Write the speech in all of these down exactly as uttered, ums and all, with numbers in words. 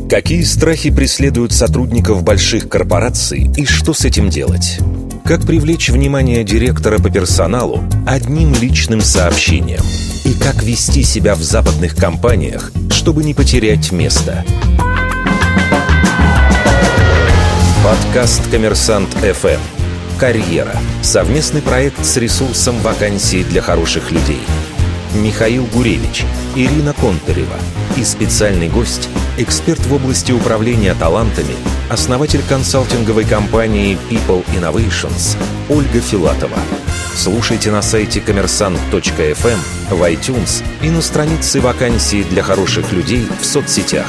Какие страхи преследуют сотрудников больших корпораций и что с этим делать? Как привлечь внимание директора по персоналу одним личным сообщением? И как вести себя в западных компаниях, чтобы не потерять место? Подкаст «Коммерсант эф эм». «Карьера» — совместный проект с ресурсом вакансий для хороших людей. Михаил Гуревич, Ирина Контарева и специальный гость — эксперт в области управления талантами, основатель консалтинговой компании People Innovations Ольга Филатова. Слушайте на сайте коммерсант точка эф эм, в iTunes и на странице вакансий для хороших людей в соцсетях.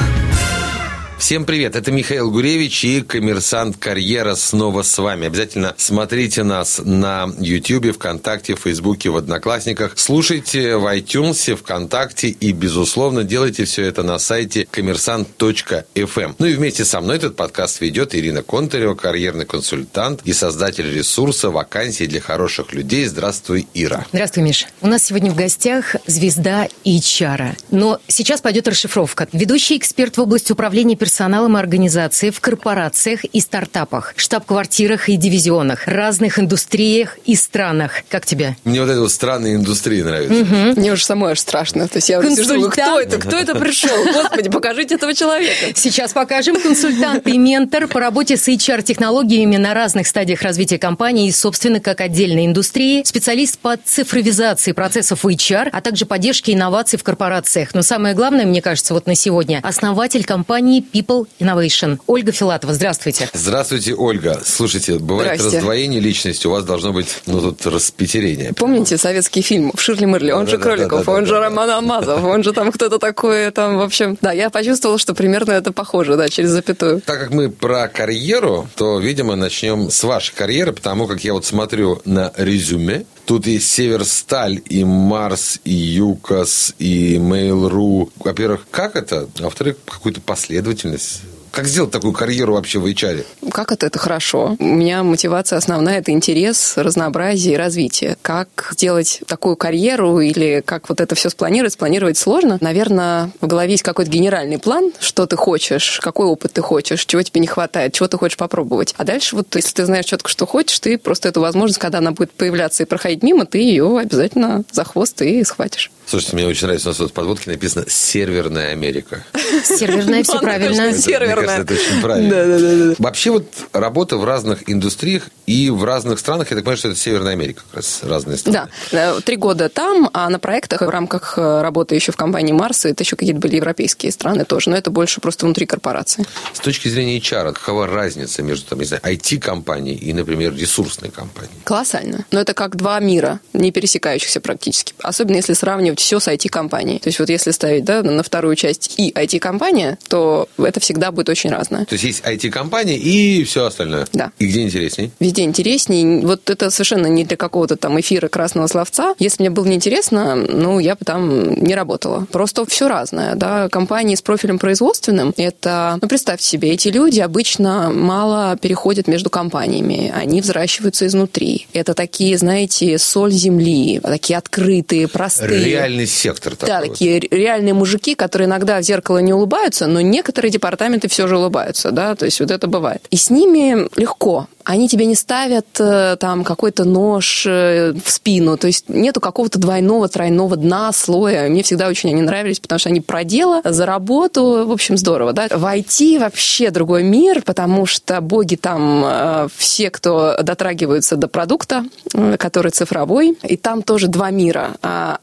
Всем привет, это Михаил Гуревич и «Коммерсант Карьера» снова с вами. Обязательно смотрите нас на YouTube, ВКонтакте, в Фейсбуке, в Одноклассниках. Слушайте в iTunes, ВКонтакте и, безусловно, делайте все это на сайте коммерсант точка эф эм. Ну и вместе со мной этот подкаст ведет Ирина Контарева, карьерный консультант и создатель ресурса «Вакансии для хороших людей». Здравствуй, Ира. Здравствуй, Миш. У нас сегодня в гостях звезда эйч ар. Но сейчас пойдет расшифровка. Ведущий эксперт в области управления персоналом персоналом и организации в корпорациях и стартапах, штаб-квартирах и дивизионах, разных индустриях и странах. Как тебе? Мне вот эта вот странная индустрия нравится. Угу. Мне уже самой аж страшно. То есть я уже сижу, кто это? Кто это пришел? Господи, покажите этого человека. Сейчас покажем. Консультант и ментор по работе с эйч ар-технологиями на разных стадиях развития компании и, собственно, как отдельной индустрии. Специалист по цифровизации процессов эйч ар, а также поддержке инноваций в корпорациях. Но самое главное, мне кажется, вот на сегодня, основатель компании People Innovation. Ольга Филатова, здравствуйте. Здравствуйте, Ольга. Слушайте, бывает раздвоение личности, у вас должно быть, ну, тут распятерение. Помните советский фильм «Ширли Мырли»? Он да, же да, Кроликов, да, да, он да, же да, Роман да. Алмазов, он же там кто-то такой, там, в общем... Да, я почувствовала, что примерно это похоже, да, через запятую. Так как мы про карьеру, то, видимо, начнем с вашей карьеры, потому как я вот смотрю на резюме. Тут и Северсталь, и Марс, и ЮКОС, и Mail.ru. Во-первых, как это? А во-вторых, какую-то последовательность. Как сделать такую карьеру вообще в эйч ар? Как это? Это хорошо. У меня мотивация основная – это интерес, разнообразие и развитие. Как сделать такую карьеру или как вот это все спланировать? Спланировать сложно. Наверное, в голове есть какой-то генеральный план, что ты хочешь, какой опыт ты хочешь, чего тебе не хватает, чего ты хочешь попробовать. А дальше вот, если ты знаешь четко, что хочешь, ты просто эту возможность, когда она будет появляться и проходить мимо, ты ее обязательно за хвост и схватишь. Слушайте, мне очень нравится, у нас вот в подводке написано «Серверная Америка». Серверная, все правильно. Мне кажется, это очень правильно. Да, да, да. Вообще вот работа в разных индустриях и в разных странах, я так понимаю, что это Северная Америка, как раз разные страны. Да, три года там, а на проектах в рамках работы еще в компании Марс, это еще какие-то были европейские страны тоже, но это больше просто внутри корпорации. С точки зрения эйч ар, какова разница между, там, не знаю, ай ти-компанией и, например, ресурсной компанией? Колоссально. Но это как два мира, не пересекающихся практически. Особенно если сравнивать все с ай ти-компанией. То есть вот если ставить, да, на вторую часть и ай ти-компания, то это всегда будет очень разное. То есть есть ай ти-компания и все остальное? Да. И где интересней? Везде интересней. Вот это совершенно не для какого-то там эфира красного словца. Если мне было неинтересно, ну, я бы там не работала. Просто все разное, да. Компании с профилем производственным, это, ну, представьте себе, эти люди обычно мало переходят между компаниями. Они взращиваются изнутри. Это такие, знаете, соль земли, такие открытые, простые. Реальный сектор такой. Да, вот. Такие реальные мужики, которые иногда в зеркало не улыбаются, но некоторые департаменты все же улыбаются, да, то есть вот это бывает. И с ними легко. Они тебе не ставят там какой-то нож в спину, то есть нету какого-то двойного, тройного дна, слоя. Мне всегда очень они нравились, потому что они про дело, за работу, в общем, здорово, да. В ай ти вообще другой мир, потому что боги там все, кто дотрагиваются до продукта, который цифровой, и там тоже два мира.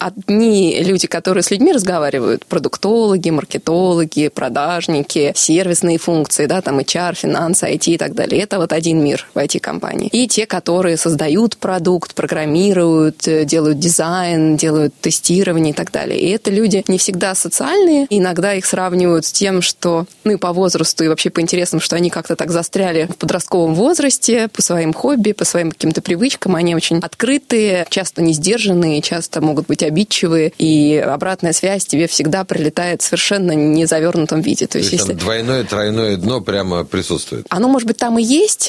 Одни люди, которые с людьми разговаривают, продуктологи, маркетологи, продажники, сервисные функции, да, там эйч ар, финансы, ай ти и так далее. Это вот один мир в ай ти-компании. И те, которые создают продукт, программируют, делают дизайн, делают тестирование и так далее. И это люди не всегда социальные. Иногда их сравнивают с тем, что, ну и по возрасту, и вообще по интересам, что они как-то так застряли в подростковом возрасте, по своим хобби, по своим каким-то привычкам. Они очень открытые, часто не сдержанные, часто могут быть обидчивые. И обратная связь тебе всегда прилетает в совершенно не завернутом виде. То, То есть, есть если... там двойное, тройное дно прямо присутствует? Оно, может быть, там и есть, тоже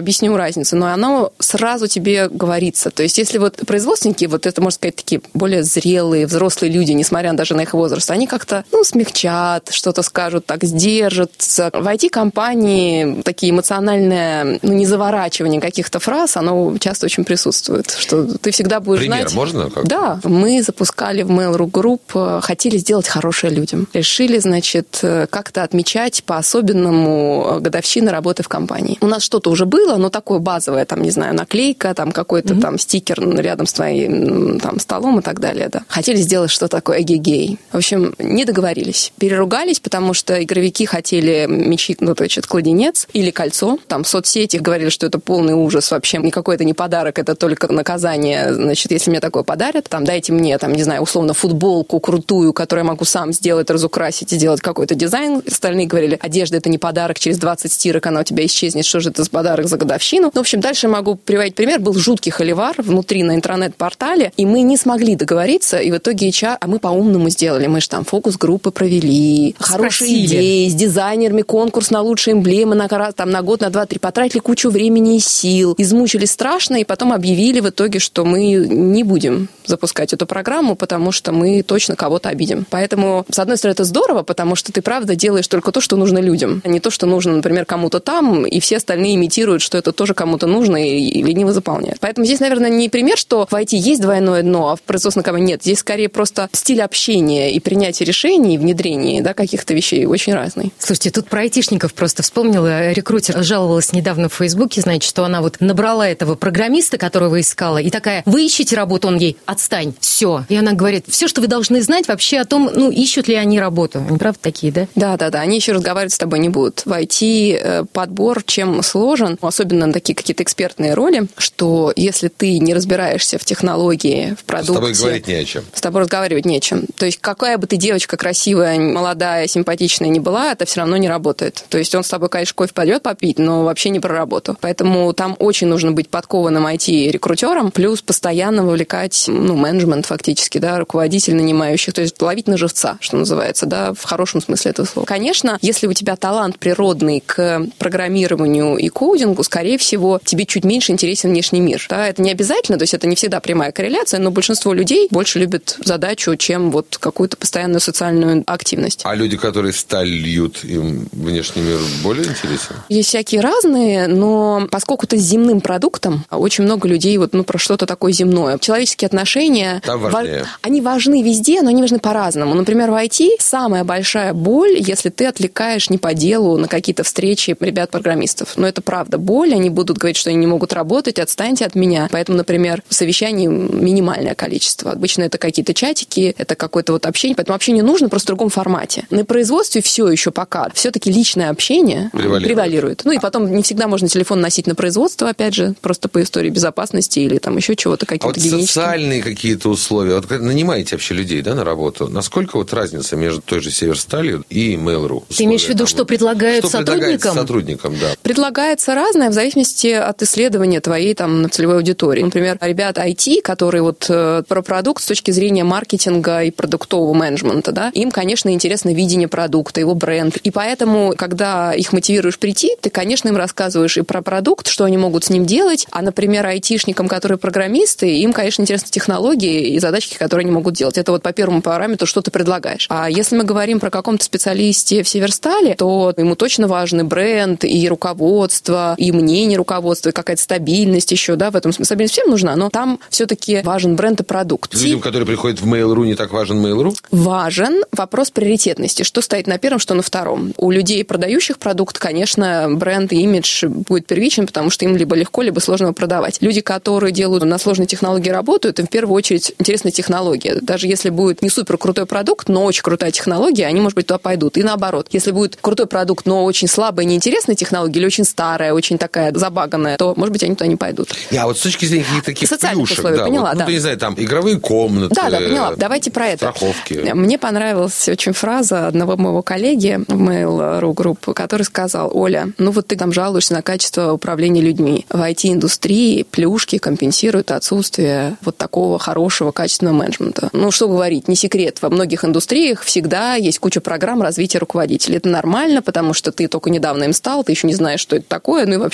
объясню разницу, но оно сразу тебе говорится. То есть если вот производственники, вот это, можно сказать, такие более зрелые, взрослые люди, несмотря даже на их возраст, они как-то, ну, смягчат, что-то скажут, так сдержатся. В ай ти-компании такие эмоциональные, ну, не заворачивание каких-то фраз, оно часто очень присутствует, что ты всегда будешь Пример знать... можно? Как? Да. Мы запускали в Mail.ru Group, хотели сделать хорошее людям. Решили, значит, как-то отмечать по-особенному годовщины работы в компании. У нас что-то уже было, но такое базовое, там, не знаю, наклейка, там, какой-то mm-hmm. там стикер рядом с твоим там, столом и так далее, да. Хотели сделать что-то такое эгегей. В общем, не договорились. Переругались, потому что игровики хотели мячи, ну, то есть, кладенец или кольцо. Там в соцсети говорили, что это полный ужас вообще. Никакой это не подарок, это только наказание. Значит, если мне такое подарят, там, дайте мне, там, не знаю, условно, футболку крутую, которую я могу сам сделать, разукрасить и сделать какой-то дизайн. Остальные говорили, одежда это не подарок, через двадцать стирок она у тебя исчезнет, что же это за подарок за годовщину. Ну, в общем, дальше могу приводить пример. Был жуткий холивар внутри на интернет-портале, и мы не смогли договориться, и в итоге эйч ар, а мы по-умному сделали. Мы же там фокус-группы провели, хорошие Спросили. идеи, с дизайнерами, конкурс на лучшие эмблемы на, там, на год, на два, три, потратили кучу времени и сил, измучились страшно, и потом объявили в итоге, что мы не будем запускать эту программу, потому что мы точно кого-то обидим. Поэтому, с одной стороны, это здорово, потому что ты, правда, делаешь только то, что нужно людям, а не то, что нужно, например, кому-то там, и все остальные имитируют, что это тоже кому-то нужно и, и лениво заполняют. Поэтому здесь, наверное, не пример, что в ай ти есть двойное дно, а в производственной компании нет. Здесь скорее просто стиль общения и принятия решений, и внедрения, да, каких-то вещей очень разный. Слушайте, тут про айтишников просто вспомнила. Рекрутер жаловалась недавно в Фейсбуке, значит, что она вот набрала этого программиста, которого искала, и такая, вы ищете работу? Он ей, отстань, все. И она говорит, все, что вы должны знать вообще о том, ну, ищут ли они работу. Они правда такие, да? Да, да, да. Они еще разговаривать с тобой не будут. В ай ти подбор чем сложен, особенно на такие какие-то экспертные роли, что если ты не разбираешься в технологии, в продукте... С тобой говорить не о чем. С тобой разговаривать не о чем. То есть какая бы ты девочка красивая, молодая, симпатичная не была, это все равно не работает. То есть он с тобой, конечно, кофе пойдет попить, но вообще не про работу. Поэтому там очень нужно быть подкованным ай ти-рекрутером, плюс постоянно вовлекать, ну, менеджмент фактически, да, руководитель нанимающих, то есть ловить на живца, что называется, да, в хорошем смысле этого слова. Конечно, если у тебя талант природный к программированию и кодингу, скорее всего, тебе чуть меньше интересен внешний мир. Да? Это не обязательно, то есть это не всегда прямая корреляция, но большинство людей больше любят задачу, чем вот какую-то постоянную социальную активность. А люди, которые сталь льют, им внешний мир более интересен? Есть всякие разные, но поскольку ты с земным продуктом, очень много людей вот, ну, про что-то такое земное. Человеческие отношения, там важнее. Они важны везде, но они важны по-разному. Например, в ай ти самая большая боль, если ты отвлекаешь не по делу на какие-то встречи ребят-программистов. Но это правда боль, они будут говорить, что они не могут работать, отстаньте от меня. Поэтому, например, совещаний минимальное количество. Обычно это какие-то чатики, это какое-то вот общение, поэтому общение нужно просто в другом формате. На производстве все еще пока все-таки личное общение превалирует. превалирует. Ну и потом не всегда можно телефон носить на производство, опять же, просто по истории безопасности или там еще чего-то, какие-то а вот гигиенические. Социальные какие-то условия. Вот когда нанимаете вообще людей, да, на работу, насколько вот разница между той же Северсталью и Mail.ru? Ты имеешь в виду, там, что предлагают что сотрудникам? сотрудникам, да. Предлагается разное в зависимости от исследования твоей там целевой аудитории. Например, ребята ай ти, которые вот э, про продукт с точки зрения маркетинга и продуктового менеджмента, да, им, конечно, интересно видение продукта, его бренд. И поэтому, когда их мотивируешь прийти, ты, конечно, им рассказываешь и про продукт, что они могут с ним делать. А, например, айтишникам, которые программисты, им, конечно, интересны технологии и задачки, которые они могут делать. Это вот по первому параметру, что ты предлагаешь. А если мы говорим про каком-то специалисте в Северстале, то ему точно важны бренд и руководство, и мнение руководства, и какая-то стабильность еще, да, в этом смысле. Стабильность всем нужна, но там все-таки важен бренд и продукт. Людям, которые приходят в Mail.ru, не так важен Mail.ru? Важен вопрос приоритетности. Что стоит на первом, что на втором. У людей, продающих продукт, конечно, бренд и имидж будет первичен, потому что им либо легко, либо сложно его продавать. Люди, которые делают на сложной технологии работают, им в первую очередь интересна технология. Даже если будет не супер крутой продукт, но очень крутая технология, они, может быть, туда пойдут. И наоборот. Если будет крутой продукт, но очень слабая, неинтересная технология, или очень старая, очень такая забаганная, то, может быть, они туда не пойдут. Я вот с точки зрения каких-то таких социальных плюшек, условий, да, поняла, вот, да. Ну, ты не знаю, там игровые комнаты. Да, да, поняла. Давайте про это. Страховки. Мне понравилась очень фраза одного моего коллеги в Mail.ru Group, который сказал: Оля, ну вот ты там жалуешься на качество управления людьми. В ай ти-индустрии плюшки компенсируют отсутствие вот такого хорошего качественного менеджмента. Ну, что говорить, не секрет. Во многих индустриях всегда есть куча программ развития руководителей. Это нормально, потому что ты только недавно им стал, ты еще не знаешь, что это такое, ну и вообще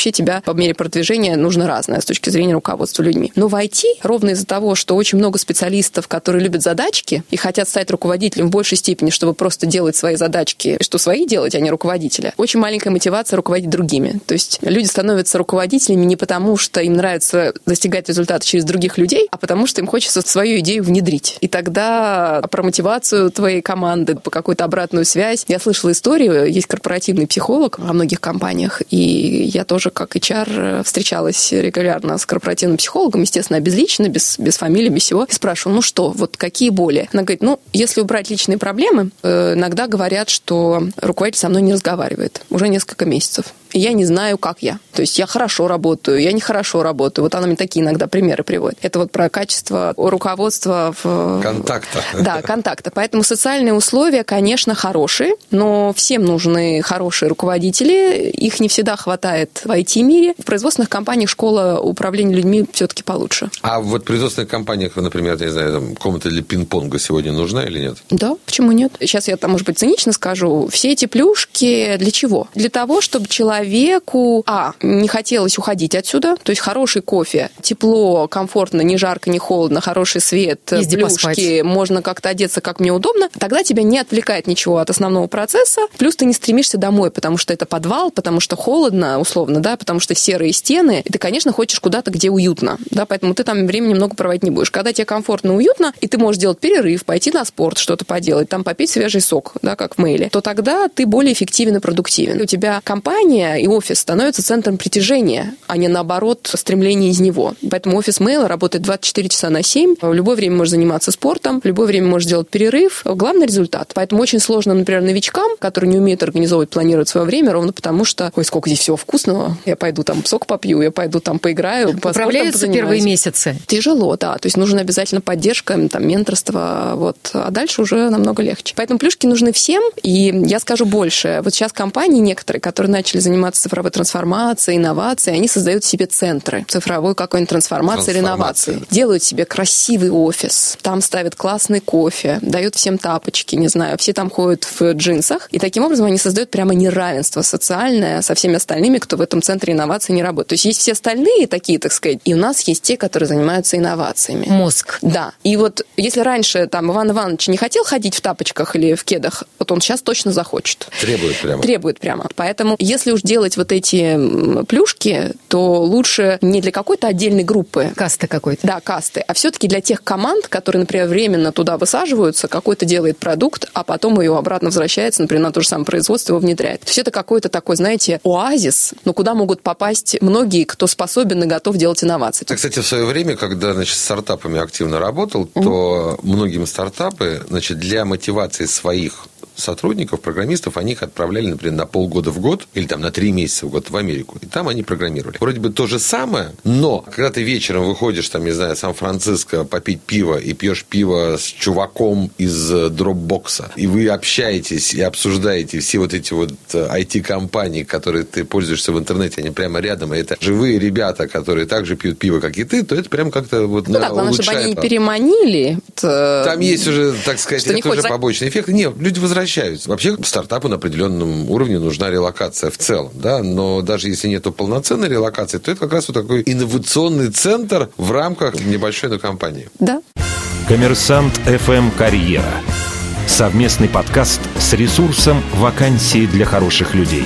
вообще тебя по мере продвижения нужно разное с точки зрения руководства людьми. Но в ай ти, ровно из-за того, что очень много специалистов, которые любят задачки и хотят стать руководителем в большей степени, чтобы просто делать свои задачки, что свои делать, а не руководителя, очень маленькая мотивация руководить другими. То есть люди становятся руководителями не потому, что им нравится достигать результата через других людей, а потому что им хочется свою идею внедрить. И тогда про мотивацию твоей команды, по какую-то обратную связь. Я слышала историю, есть корпоративный психолог во многих компаниях, и я тоже как эйч ар встречалась регулярно с корпоративным психологом, естественно, безлично, без, без фамилии, без всего, и спрашивала, ну что, вот какие боли? Она говорит, ну, если убрать личные проблемы, э, иногда говорят, что руководитель со мной не разговаривает уже несколько месяцев. И я не знаю, как я. То есть я хорошо работаю, я нехорошо работаю. Вот она мне такие иногда примеры приводит. Это вот про качество руководства в... Контакта. Да, контакта. Поэтому социальные условия, конечно, хорошие, но всем нужны хорошие руководители. Их не всегда хватает в ай ти-мире. В производственных компаниях школа управления людьми все-таки получше. А вот в производственных компаниях, например, я не знаю, там, комната для пинг-понга сегодня нужна или нет? Да, почему нет? Сейчас я там, может быть, цинично скажу. Все эти плюшки для чего? Для того, чтобы человек Человеку, а, не хотелось уходить отсюда, то есть хороший кофе, тепло, комфортно, не жарко, не холодно, хороший свет, Езди плюшки, поспать. можно как-то одеться, как мне удобно, тогда тебя не отвлекает ничего от основного процесса, плюс ты не стремишься домой, потому что это подвал, потому что холодно, условно, да, потому что серые стены, и ты, конечно, хочешь куда-то, где уютно, да, поэтому ты там времени много проводить не будешь. Когда тебе комфортно, уютно, и ты можешь делать перерыв, пойти на спорт, что-то поделать, там попить свежий сок, да, как в мейле, то тогда ты более эффективен и продуктивен. У тебя компания и офис становится центром притяжения, а не, наоборот, стремление из него. Поэтому офис Мейла работает двадцать четыре часа на семь. В любое время можешь заниматься спортом, в любое время можешь делать перерыв. Главный результат. Поэтому очень сложно, например, новичкам, которые не умеют организовывать, планировать свое время, ровно потому что, ой, сколько здесь всего вкусного. Я пойду там сок попью, я пойду там поиграю. Управляются первые месяцы? Тяжело, да. То есть нужна обязательно поддержка, там, менторство, вот. А дальше уже намного легче. Поэтому плюшки нужны всем. И я скажу больше. Вот сейчас компании некоторые, которые начали заниматься цифровой трансформацией, инновацией, они создают себе центры цифровой какой-нибудь трансформации или инновации. Делают себе красивый офис, там ставят классный кофе, дают всем тапочки, не знаю, все там ходят в джинсах. И таким образом они создают прямо неравенство социальное со всеми остальными, кто в этом центре инноваций не работает. То есть есть все остальные такие, так сказать, и у нас есть те, которые занимаются инновациями. Мозг. Да. И вот если раньше там Иван Иванович не хотел ходить в тапочках или в кедах, вот он сейчас точно захочет. Требует прямо. Требует прямо. Поэтому если уж делать вот эти плюшки, то лучше не для какой-то отдельной группы. Касты какой-то. Да, касты. А все-таки для тех команд, которые, например, временно туда высаживаются, какой-то делает продукт, а потом ее обратно возвращается, например, на то же самое производство, его внедряет. То есть это какой-то такой, знаете, оазис, но куда могут попасть многие, кто способен и готов делать инновации. Я, кстати, в свое время, когда, значит, с стартапами активно работал, mm-hmm. то многим стартапы, значит, для мотивации своих сотрудников, программистов, они их отправляли, например, на полгода в год или там на три месяца в год в Америку. И там они программировали. Вроде бы то же самое, но когда ты вечером выходишь, там, не знаю, в Сан-Франциско попить пиво и пьешь пиво с чуваком из дропбокса, и вы общаетесь и обсуждаете все вот эти вот ай ти-компании, которые ты пользуешься в интернете, они прямо рядом, и это живые ребята, которые также пьют пиво, как и ты, то это прям как-то вот ну, да, главное, чтобы они не переманили. Там есть уже, так сказать, что это уже за... побочный эффект. Нет, люди возвращаются. Вообще, стартапу на определенном уровне нужна релокация в целом, да, но даже если нету полноценной релокации, то это как раз вот такой инновационный центр в рамках небольшой компании. Да. Коммерсант эф эм «Карьера». Совместный подкаст с ресурсом «Вакансии для хороших людей».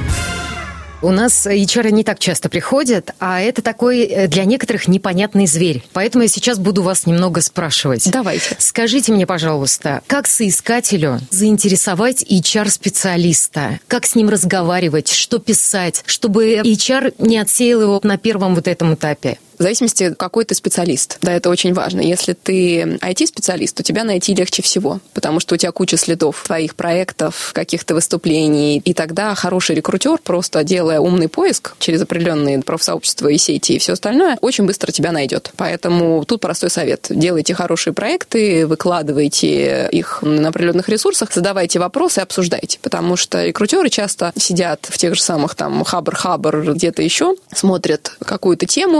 У нас эйч ар не так часто приходят, а это такой для некоторых непонятный зверь. Поэтому я сейчас буду вас немного спрашивать. Давайте. Скажите мне, пожалуйста, как соискателю заинтересовать эйч ар-специалиста? Как с ним разговаривать? Что писать? Чтобы эйч ар не отсеял его на первом вот этом этапе. В зависимости, какой ты специалист. Да, это очень важно. Если ты ай ти-специалист, то тебя найти легче всего, потому что у тебя куча следов твоих проектов, каких-то выступлений, и тогда хороший рекрутер, просто делая умный поиск через определенные профсообщества и сети и все остальное, очень быстро тебя найдет. Поэтому тут простой совет. Делайте хорошие проекты, выкладывайте их на определенных ресурсах, задавайте вопросы и обсуждайте, потому что рекрутеры часто сидят в тех же самых там Хабр-Хабр, где-то еще, смотрят какую-то тему, особенно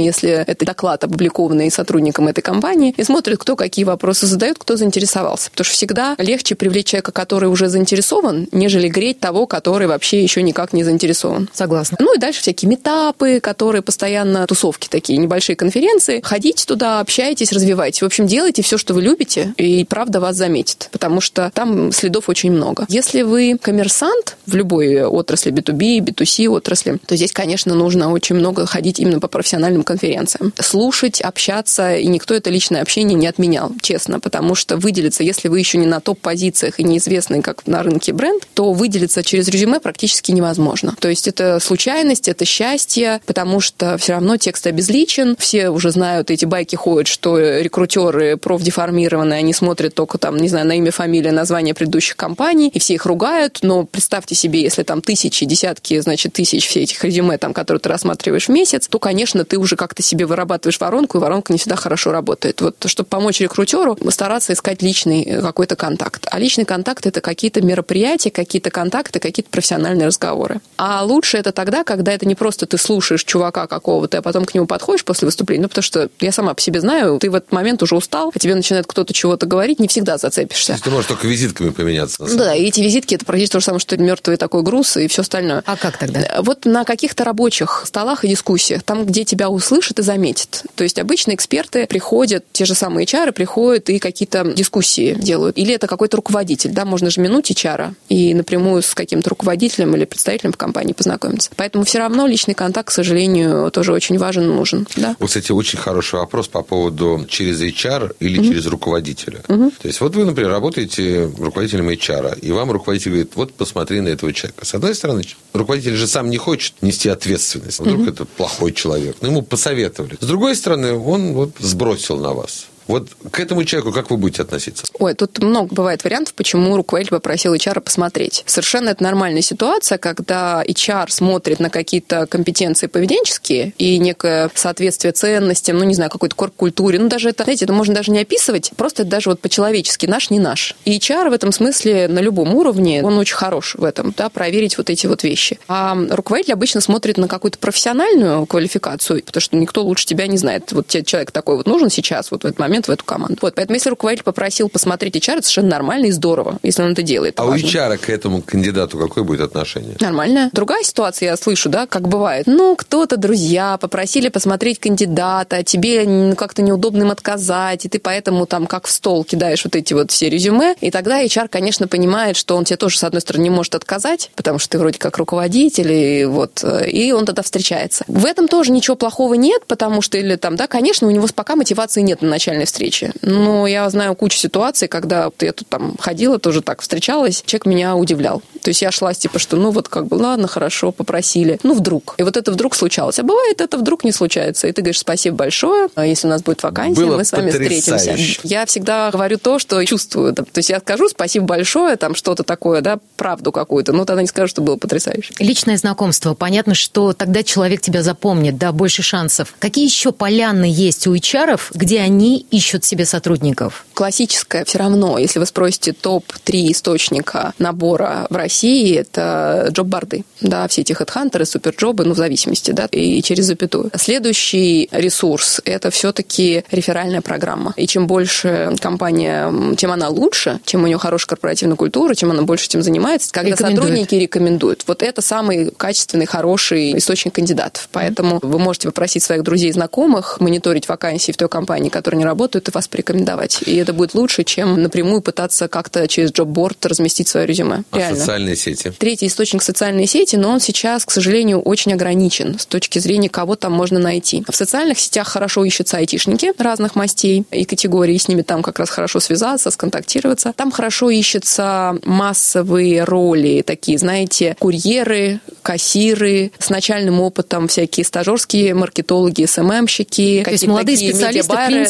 если это доклад, опубликованный сотрудником этой компании, и смотрят, кто какие вопросы задает, кто заинтересовался. Потому что всегда легче привлечь человека, который уже заинтересован, нежели греть того, который вообще еще никак не заинтересован. Согласна. Ну и дальше всякие митапы, которые постоянно, тусовки такие, небольшие конференции. Ходите туда, общайтесь, развивайтесь. В общем, делайте все, что вы любите, и правда вас заметит, потому что там следов очень много. Если вы коммерсант в любой отрасли, би ту би, би ту си отрасли, то здесь, конечно, нужно очень много ходить именно по профессиональным конференциям. Слушать, общаться, и никто это личное общение не отменял, честно, потому что выделиться, если вы еще не на топ-позициях и неизвестный как на рынке бренд, то выделиться через резюме практически невозможно. То есть это случайность, это счастье, потому что все равно текст обезличен, все уже знают, эти байки ходят, что рекрутеры профдеформированные, они смотрят только там, не знаю, на имя, фамилия, название предыдущих компаний, и все их ругают, но представьте себе, если там тысячи, десятки, значит, тысяч все этих резюме, там, которые ты рассматриваешь в месяц, то, конечно, ты уже как-то себе вырабатываешь воронку, и воронка не всегда хорошо работает. Вот, чтобы помочь рекрутеру, стараться искать личный какой-то контакт. А личный контакт – это какие-то мероприятия, какие-то контакты, какие-то профессиональные разговоры. А лучше это тогда, когда это не просто ты слушаешь чувака какого-то, а потом к нему подходишь после выступления, ну, потому что я сама по себе знаю, ты в этот момент уже устал, а тебе начинает кто-то чего-то говорить, не всегда зацепишься. То есть ты можешь только визитками поменяться. Да, и эти визитки – это практически то же самое, что мертвый такой груз и все остальное. А как тогда? Вот на каких-то рабочих столах и дискуссиях, там, где тебя услышат и заметят. То есть обычно эксперты приходят, те же самые эйч ар приходят и какие-то дискуссии делают. Или это какой-то руководитель, да, можно же минуть эйч ар и напрямую с каким-то руководителем или представителем в компании познакомиться. Поэтому все равно личный контакт, к сожалению, тоже очень важен и нужен. Да? Вот, кстати, очень хороший вопрос по поводу через эйч ар или mm-hmm. через руководителя. Mm-hmm. То есть вот вы, например, работаете руководителем эйч ар, и вам руководитель говорит, вот посмотри на этого человека. С одной стороны, руководитель же сам не хочет нести ответственность. Вдруг mm-hmm. это плохой человек. Но ему посоветовали. С другой стороны, он вот сбросил на вас. Вот к этому человеку как вы будете относиться? Ой, тут много бывает вариантов, почему руководитель попросил эйч ар посмотреть. Совершенно это нормальная ситуация, когда эйч ар смотрит на какие-то компетенции поведенческие и некое соответствие ценностям, ну, не знаю, какой-то корп-культуре. Ну, даже это, знаете, это можно даже не описывать, просто это даже вот по-человечески, наш, не наш. И эйч ар в этом смысле на любом уровне, он очень хорош в этом, да, проверить вот эти вот вещи. А руководитель обычно смотрит на какую-то профессиональную квалификацию, потому что никто лучше тебя не знает. Вот тебе человек такой вот нужен сейчас, вот в этот момент, в эту команду. Вот, поэтому если руководитель попросил посмотреть эйч ар, это совершенно нормально и здорово, если он это делает. А важно. у эйч ар к этому кандидату какое будет отношение? Нормально. Другая ситуация, я слышу, да, как бывает. Ну, кто-то, друзья, попросили посмотреть кандидата, тебе как-то неудобно им отказать, и ты поэтому там как в стол кидаешь вот эти вот все резюме, и тогда эйч ар, конечно, понимает, что он тебе тоже, с одной стороны, не может отказать, потому что ты вроде как руководитель, и вот, и он тогда встречается. В этом тоже ничего плохого нет, потому что, или там, да, конечно, у него пока мотивации нет на начальной встрече. Но я знаю кучу ситуаций, когда я тут там ходила, тоже так встречалась, человек меня удивлял. То есть я шла типа, что ну вот как бы, ладно, хорошо, попросили. Ну вдруг. И вот это вдруг случалось. А бывает, это вдруг не случается. И ты говоришь, спасибо большое. Если у нас будет вакансия, было мы с вами потрясающе. встретимся. Я всегда говорю то, что чувствую. То есть я скажу спасибо большое, там что-то такое, да, правду какую-то, но тогда не скажу, что было потрясающе. Личное знакомство. Понятно, что тогда человек тебя запомнит, да, больше шансов. Какие еще поляны есть у эйч ар, где они ищут себе сотрудников? Классическое все равно, если вы спросите топ три источника набора в России, это джоб-борды. Да, все эти хедхантеры, суперджобы, ну, в зависимости, да, и через запятую. Следующий ресурс – это все-таки реферальная программа. И чем больше компания, чем она лучше, чем у нее хорошая корпоративная культура, чем она больше этим занимается, когда сотрудники рекомендуют. Вот это самый качественный, хороший источник кандидатов. Поэтому вы можете попросить своих друзей и знакомых мониторить вакансии в той компании, которая не работает, и вас порекомендовать. И это будет лучше, чем напрямую пытаться как-то через джоб-борд разместить свое резюме. А реально. Социальные сети? Третий источник – социальные сети, но он сейчас, к сожалению, очень ограничен с точки зрения, кого там можно найти. В социальных сетях хорошо ищутся айтишники разных мастей и категорий, с ними там как раз хорошо связаться, сконтактироваться. Там хорошо ищутся массовые роли, такие, знаете, курьеры, кассиры с начальным опытом, всякие стажерские маркетологи, эс эм эм-щики. То есть молодые специалисты, в принципе, социальные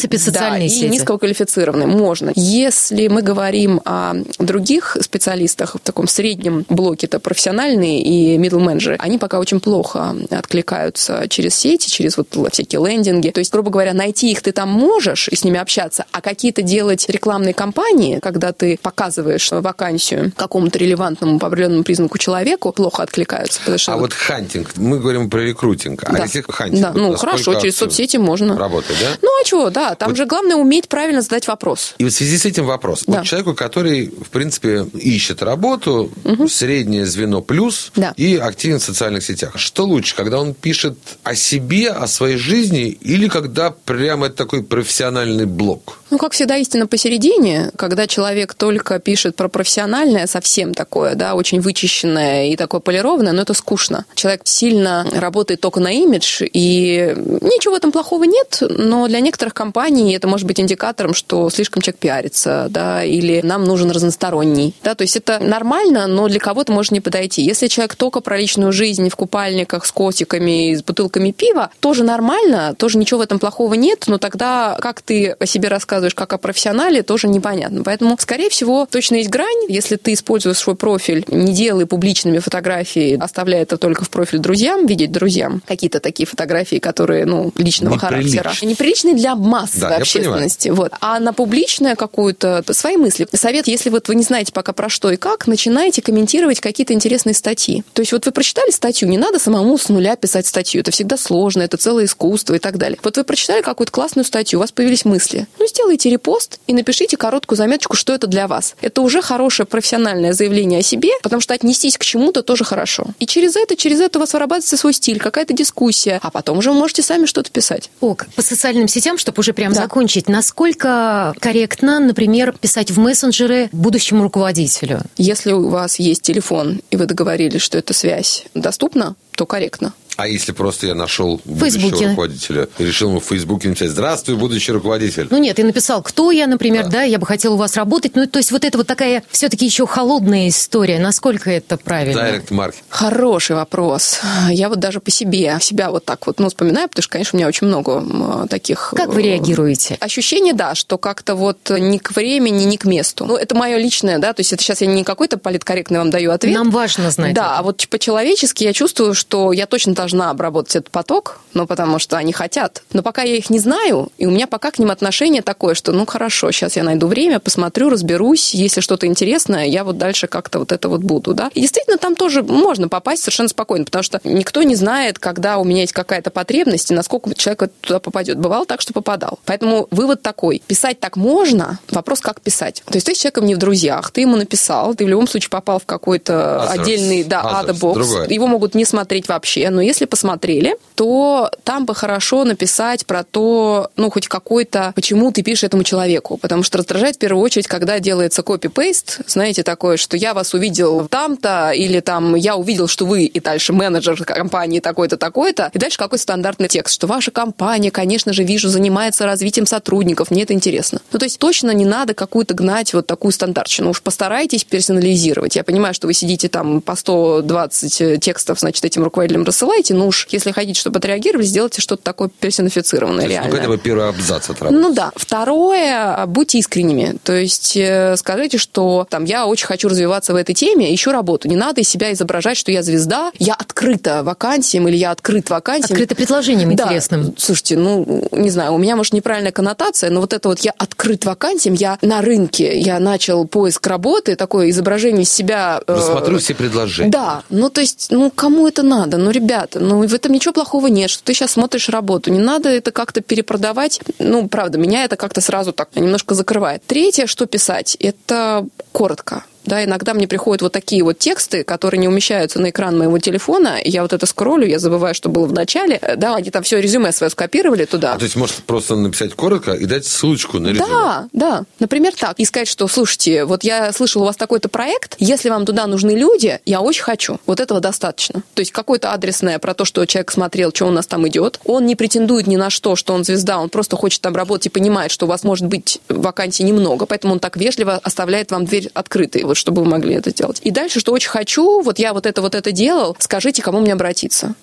социальные да, сети. И низкоквалифицированные. Можно. Если мы говорим о других специалистах в таком среднем блоке, это профессиональные и middle менеджеры, они пока очень плохо откликаются через сети, через вот всякие лендинги. То есть, грубо говоря, найти их ты там можешь и с ними общаться, а какие-то делать рекламные кампании, когда ты показываешь вакансию какому-то релевантному по определенному признаку человеку, плохо откликаются. А вот, вот хантинг, мы говорим про рекрутинг, а да. если хантинг? Да. Ну, хорошо, через соцсети можно. Работать, да? Ну, а чего, да, там вот. же главное уметь правильно задать вопрос. И вот в связи с этим вопрос. Да. Вот человеку, который, в принципе, ищет работу, угу. среднее звено плюс да. и активен в социальных сетях. Что лучше, когда он пишет о себе, о своей жизни, или когда прямо это такой профессиональный блог? Ну, как всегда, истина посередине, когда человек только пишет про профессиональное, совсем такое, да, очень вычищенное и такое полированное, но это скучно. Человек сильно работает только на имидж, и ничего в этом плохого нет, но для некоторых компаний это может быть индикатором, что слишком человек пиарится, да, или нам нужен разносторонний, да, то есть это нормально, но для кого-то может не подойти. Если человек только про личную жизнь в купальниках с котиками и с бутылками пива, тоже нормально, тоже ничего в этом плохого нет, но тогда как ты о себе рассказываешь, как о профессионале, тоже непонятно. Поэтому, скорее всего, точно есть грань. Если ты используешь свой профиль, не делай публичными фотографии, оставляя это только в профиль друзьям, видеть друзьям какие-то такие фотографии, которые, ну, личного неприлично. характера. Неприличные для массовой да, общественности. Вот. А на публичное какую-то свои мысли. Совет, если вот вы не знаете пока про что и как, начинайте комментировать какие-то интересные статьи. То есть вот вы прочитали статью, не надо самому с нуля писать статью. Это всегда сложно, это целое искусство и так далее. Вот вы прочитали какую-то классную статью, у вас появились мысли. Ну, сделайте репост и напишите короткую заметочку, что это для вас. Это уже хорошее профессиональное заявление о себе, потому что отнестись к чему-то тоже хорошо. И через это, через это у вас вырабатывается свой стиль, какая-то дискуссия, а потом уже вы можете сами что-то писать. Ок, по социальным сетям, чтобы уже прям да. закончить, насколько корректно, например, писать в мессенджеры будущему руководителю? Если у вас есть телефон, и вы договорились, что эта связь доступна, то корректно. А если просто я нашел будущего Фейсбуке. руководителя и решил ему в Фейсбуке написать: «Здравствуй, будущий руководитель». Ну нет, и написал, кто я, например, да, да я бы хотел у вас работать. Ну, то есть вот это вот такая все-таки еще холодная история. Насколько это правильно? Директ-маркетинг. Хороший вопрос. Я вот даже по себе, себя вот так вот, ну, вспоминаю, потому что, конечно, у меня очень много таких... Как вы реагируете? Ощущение, да, что как-то вот ни к времени, ни к месту. Ну, это мое личное, да, то есть это сейчас я не какой-то политкорректный вам даю ответ. Нам важно знать. Да, это. а вот по-человечески я чувствую, что я точно должна обработать этот поток, ну, потому что они хотят. Но пока я их не знаю, и у меня пока к ним отношение такое, что, ну, хорошо, сейчас я найду время, посмотрю, разберусь, если что-то интересное, я вот дальше как-то вот это вот буду, да. И действительно, там тоже можно попасть совершенно спокойно, потому что никто не знает, когда у меня есть какая-то потребность и насколько человек туда попадет. Бывало так, что попадал. Поэтому вывод такой. Писать так можно, вопрос, как писать. То есть ты с человеком не в друзьях, ты ему написал, ты в любом случае попал в какой-то Others. отдельный, да, ада-бокс. Другое. Его могут не смотреть вообще, но если посмотрели, то там бы хорошо написать про то, ну, хоть какой-то, почему ты пишешь этому человеку. Потому что раздражает в первую очередь, когда делается копи-пейст, знаете, такое, что я вас увидел там-то, или там я увидел, что вы, и дальше менеджер компании такой-то, такой-то, и дальше какой-то стандартный текст, что ваша компания, конечно же, вижу, занимается развитием сотрудников, мне это интересно. Ну, то есть точно не надо какую-то гнать вот такую стандартщину. Уж постарайтесь персонализировать. Я понимаю, что вы сидите там по сто двадцать текстов, значит, этим руководителям рассылаете, ну уж если хотите, чтобы отреагировали, сделайте что-то такое персонифицированное, реально. Ну, хотя бы первый абзац отработать. Ну да. Второе, будьте искренними. То есть скажите, что там я очень хочу развиваться в этой теме, ищу работу. Не надо из себя изображать, что я звезда, я открыта вакансиям или я открыт вакансиям. Открыто предложением да. интересным. Слушайте, ну, не знаю, у меня, может, неправильная коннотация, но вот это вот я открыт вакансиям, я на рынке, я начал поиск работы, такое изображение из себя... Рассмотрю э, все предложения. Да, ну, то есть, ну, кому это надо? Ну, ребята, ну, в этом ничего плохого нет, что ты сейчас смотришь работу. Не надо это как-то перепродавать. Ну, правда, меня это как-то сразу так немножко закрывает. Третье, что писать, это коротко. Да, иногда мне приходят вот такие вот тексты, которые не умещаются на экран моего телефона, и я вот это скроллю, я забываю, что было в начале. Да, они там все резюме свое скопировали туда. А то есть, может, просто написать коротко и дать ссылочку на резюме? Да, да. Например, так. И сказать, что, слушайте, вот я слышал, у вас такой-то проект, если вам туда нужны люди, я очень хочу. Вот этого достаточно. То есть, какое-то адресное про то, что человек смотрел, что у нас там идет. Он не претендует ни на что, что он звезда, он просто хочет там работать и понимает, что у вас может быть вакансий немного, поэтому он так вежливо оставляет вам дверь открытой. Вот чтобы вы могли это сделать. И дальше, что очень хочу, вот я вот это вот это делал, скажите, кому мне обратиться.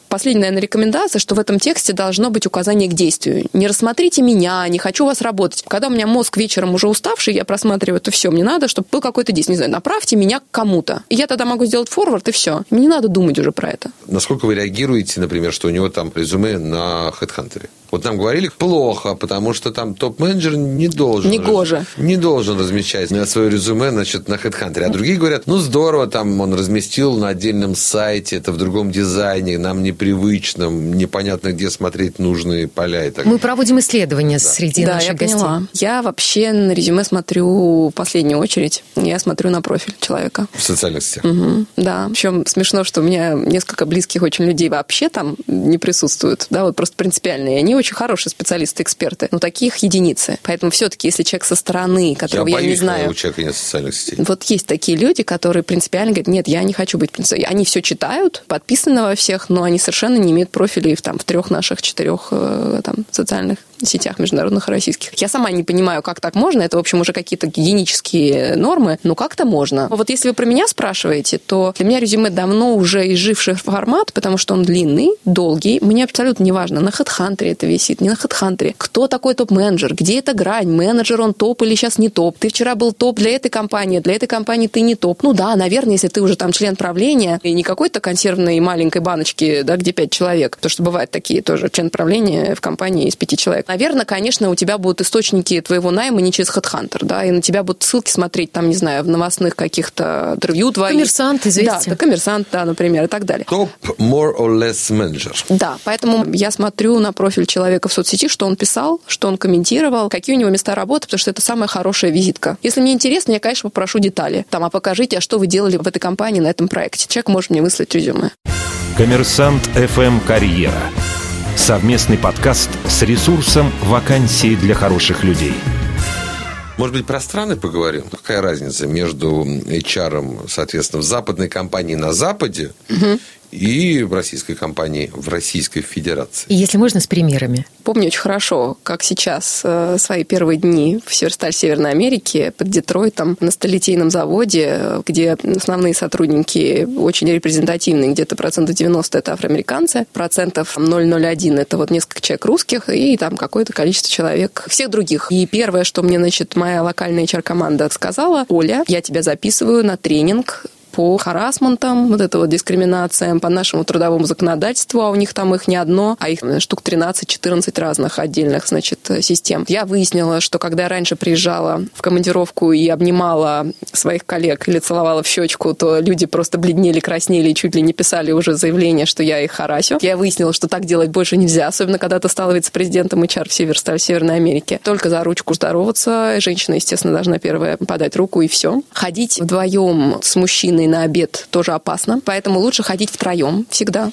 Последняя, наверное, рекомендация, что в этом тексте должно быть указание к действию. Не рассмотрите меня, не хочу у вас работать. Когда у меня мозг вечером уже уставший, я просматриваю это все, мне надо, чтобы был какой-то действие. Не знаю, направьте меня к кому-то. И я тогда могу сделать форвард, и все. Мне не надо думать уже про это. Насколько вы реагируете, например, что у него там резюме на HeadHunter? Вот нам говорили, плохо, потому что там топ-менеджер не должен... Негоже. Не должен размещать свое резюме, значит, на HeadHunter. А другие говорят, ну, здорово, там он разместил на отдельном сайте, это в другом дизайне, нам непривычном, непонятно, где смотреть нужные поля и так далее. Мы проводим исследования да. среди да, наших я гостей. Поняла. Я вообще на резюме смотрю в последнюю очередь. Я смотрю на профиль человека. В социальных сетях? Угу, да. Причем смешно, что у меня несколько близких очень людей вообще там не присутствуют. Да, вот просто принципиальные. Они очень хорошие специалисты, эксперты. Но таких единицы. Поэтому все-таки, если человек со стороны, которого я, я не знаю... у человека нет социальных сетей. Вот есть такие люди, которые принципиально говорят, нет, я не хочу быть принципиальным. Они все читают, подписаны во всех, но они совершенно не имеют профилей в, там, в трех наших, четырех там, социальных сетях международных и российских. Я сама не понимаю, как так можно. Это, в общем, уже какие-то гигиенические нормы, но как-то можно. Вот если вы про меня спрашиваете, то для меня резюме давно уже изживший формат, потому что он длинный, долгий. Мне абсолютно не важно, на HeadHunter это висит, не на HeadHunter. Кто такой топ-менеджер? Где эта грань? Менеджер, он топ или сейчас не топ? Ты вчера был топ для этой компании, для этой компании ты не топ. Ну да, наверное, если ты уже там член правления, и не какой-то консервной маленькой баночки, да, где пять человек, потому что бывают такие тоже член правления в компании из пяти человек. Наверное, конечно, у тебя будут источники твоего найма не через HeadHunter, да, и на тебя будут ссылки смотреть, там, не знаю, в новостных каких-то интервью твоих. Коммерсант, известия. Да, коммерсант, да, например, и так далее. Топ more or less manager. Да, поэтому я смотрю на профиль человека в соцсети, что он писал, что он комментировал, какие у него места работы, потому что это самая хорошая визитка. Если мне интересно, я, конечно, попрошу детали. Там, а покажите, а что вы делали в этой компании на этом проекте. Человек может мне выслать резюме. Коммерсант эф эм «Карьера». Совместный подкаст с ресурсом «Вакансии для хороших людей». Может быть, про страны поговорим? Какая разница между эйч ар, соответственно, в западной компании на Западе угу. и в российской компании в Российской Федерации? И если можно, с примерами. Помню очень хорошо, как сейчас э, свои первые дни в Северсталь Северной Америки под Детройтом на сталелитейном заводе, где основные сотрудники очень репрезентативные, где-то процентов девяносто это афроамериканцы, процентов ноль целых ноль один это вот несколько человек русских и там какое-то количество человек всех других. И первое, что мне, значит, моя локальная эйч ар-команда сказала: Оля, я тебя записываю на тренинг по харассментам, вот это вот дискриминациям, по нашему трудовому законодательству, а у них там их не одно, а их штук тринадцать-четырнадцать разных отдельных, значит, систем. Я выяснила, что когда я раньше приезжала в командировку и обнимала своих коллег или целовала в щечку, то люди просто бледнели, краснели и чуть ли не писали уже заявление, что я их харасю. Я выяснила, что так делать больше нельзя, особенно когда ты стала вице-президентом эйч ар в Северсталь Северной Америки. Только за ручку здороваться. Женщина, естественно, должна первая подать руку, и все. Ходить вдвоем с мужчиной на обед тоже опасно, поэтому лучше ходить втроем всегда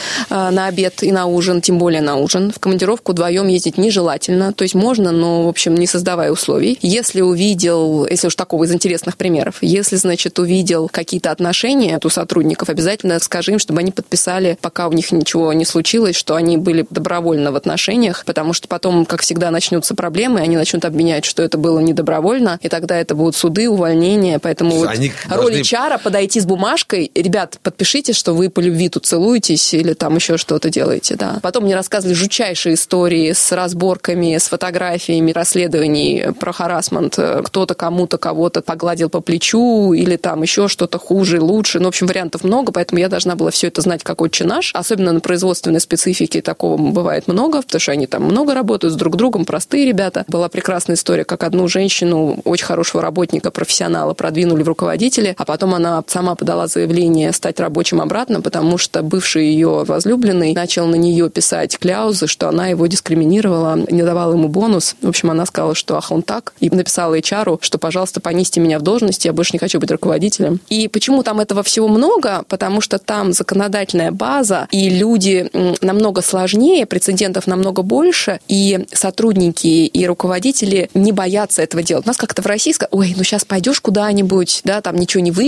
на обед и на ужин, тем более на ужин. В командировку вдвоем ездить нежелательно, то есть можно, но, в общем, не создавая условий. Если увидел, если уж такого из интересных примеров, если, значит, увидел какие-то отношения у сотрудников, обязательно скажи им, чтобы они подписали, пока у них ничего не случилось, что они были добровольно в отношениях, потому что потом, как всегда, начнутся проблемы, и они начнут обвинять, что это было недобровольно, и тогда это будут суды, увольнения, поэтому вот роль эйч ар подойти с бумажкой: ребят, подпишите, что вы по любви тут целуетесь или там еще что-то делаете, да. Потом мне рассказывали жутчайшие истории с разборками, с фотографиями расследований про харассмент. Кто-то кому-то кого-то погладил по плечу или там еще что-то хуже, лучше. Ну, в общем, вариантов много, поэтому я должна была все это знать как отче наш. Особенно на производственной специфике такого бывает много, потому что они там много работают с друг другом, простые ребята. Была прекрасная история, как одну женщину, очень хорошего работника, профессионала, продвинули в руководители, а потом она сама подала заявление стать рабочим обратно, потому что бывший ее возлюбленный начал на нее писать кляузы, что она его дискриминировала, не давала ему бонус. В общем, она сказала, что ах, он так, и написала эйч ар, что, пожалуйста, понизьте меня в должности, я больше не хочу быть руководителем. И почему там этого всего много? Потому что там законодательная база, и люди намного сложнее, прецедентов намного больше, и сотрудники и руководители не боятся этого делать. У нас как-то в России сказали: ой, ну сейчас пойдешь куда-нибудь, да, там ничего не выиграешь,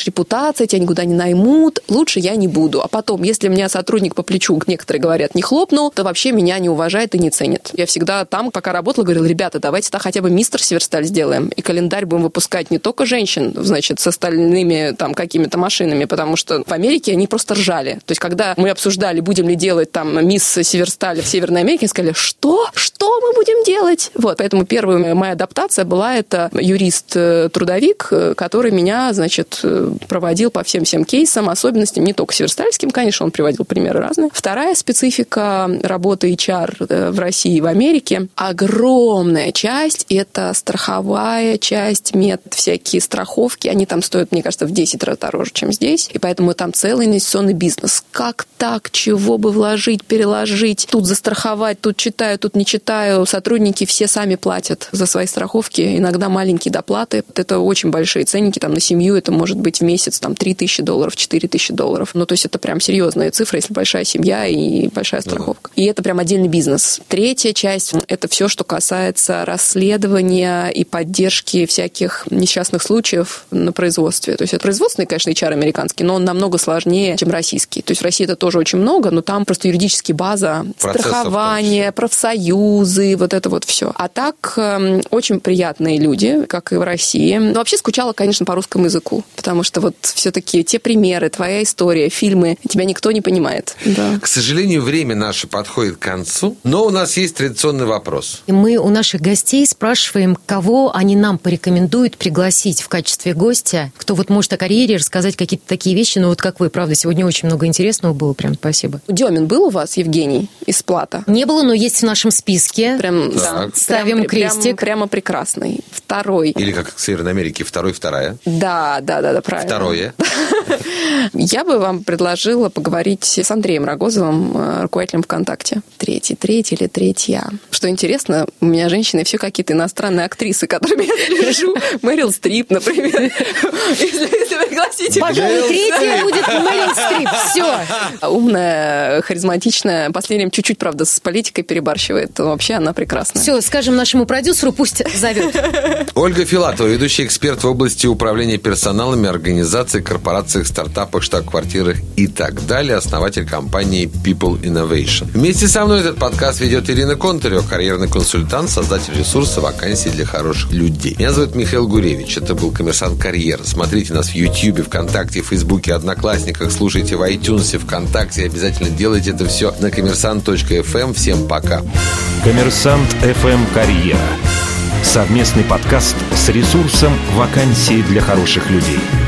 знаешь, репутация, тебя никуда не наймут, лучше я не буду. А потом, если меня сотрудник по плечу, некоторые говорят, не хлопнул, то вообще меня не уважает и не ценит. Я всегда там, пока работала, говорила, ребята, давайте так хотя бы мистер Северсталь сделаем, и календарь будем выпускать не только женщин, значит, с остальными там какими-то машинами, потому что в Америке они просто ржали. То есть, когда мы обсуждали, будем ли делать там мисс Северсталь в Северной Америке, они сказали, что? Что мы будем делать? Вот, поэтому первая моя адаптация была это юрист-трудовик, который меня, значит, проводил по всем-всем кейсам, особенностям, не только северстальским, конечно, он приводил примеры разные. Вторая специфика работы эйч ар в России и в Америке. Огромная часть – это страховая часть, мед, всякие страховки. Они там стоят, мне кажется, в десять раз дороже, чем здесь. И поэтому там целый инвестиционный бизнес. Как так? Чего бы вложить, переложить? Тут застраховать, тут читаю, тут не читаю. Сотрудники все сами платят за свои страховки. Иногда маленькие доплаты. Это очень большие ценники. Там на семью это может быть в месяц там, три тысячи долларов, четыре тысячи долларов. Ну, то есть это прям серьезная цифра, если большая семья и большая страховка. И это прям отдельный бизнес. Третья часть – это все, что касается расследования и поддержки всяких несчастных случаев на производстве. То есть это производственный, конечно, эйч ар американский, но он намного сложнее, чем российский. То есть в России это тоже очень много, но там просто юридическая база, процессов, страхование, профсоюзы, вот это вот все. А так очень приятные люди, как и в России. Но вообще скучала, конечно, по русскому языку, потому что вот все-таки те примеры, твоя история, фильмы, тебя никто не понимает. Да. К сожалению, время наше подходит к концу, но у нас есть традиционный вопрос. Мы у наших гостей спрашиваем, кого они нам порекомендуют пригласить в качестве гостя, кто вот может о карьере рассказать какие-то такие вещи, ну вот как вы, правда, сегодня очень много интересного было, прям спасибо. Демин был у вас, Евгений, из Плата? Не было, но есть в нашем списке. Прям, да, ставим прям, крестик. Прям, прямо прекрасный. Второй. Или как в Северной Америке, второй, вторая. Да, да, да, да, правильно. Второе. Я бы вам предложила поговорить с Андреем Рогозовым, руководителем ВКонтакте. Третий, третий или третья. Что интересно, у меня женщины все какие-то иностранные актрисы, которыми я слежу. Мэрил Стрип, например. Если вы пригласите... Пожалуй, третья будет Мэрил Стрип. Все. Умная, харизматичная. Последним чуть-чуть, правда, с политикой перебарщивает. Вообще она прекрасная. Все, скажем нашему продюсеру, пусть зовет. Ольга Филатова, ведущий эксперт в области управления персоналами, организации, корпорациях, стартапах, штаб-квартирах и так далее, основатель компании People Innovation. Вместе со мной этот подкаст ведет Ирина Контарева, карьерный консультант, создатель ресурса «Вакансии для хороших людей». Меня зовут Михаил Гуревич, это был «Коммерсант Карьера». Смотрите нас в Ютьюбе, ВКонтакте, Фейсбуке, Одноклассниках, слушайте в iTunes, ВКонтакте. Обязательно делайте это все на коммерсант точка эф эм. Всем пока. Коммерсант эф эм «Карьера». Совместный подкаст с ресурсом «Вакансии для хороших людей».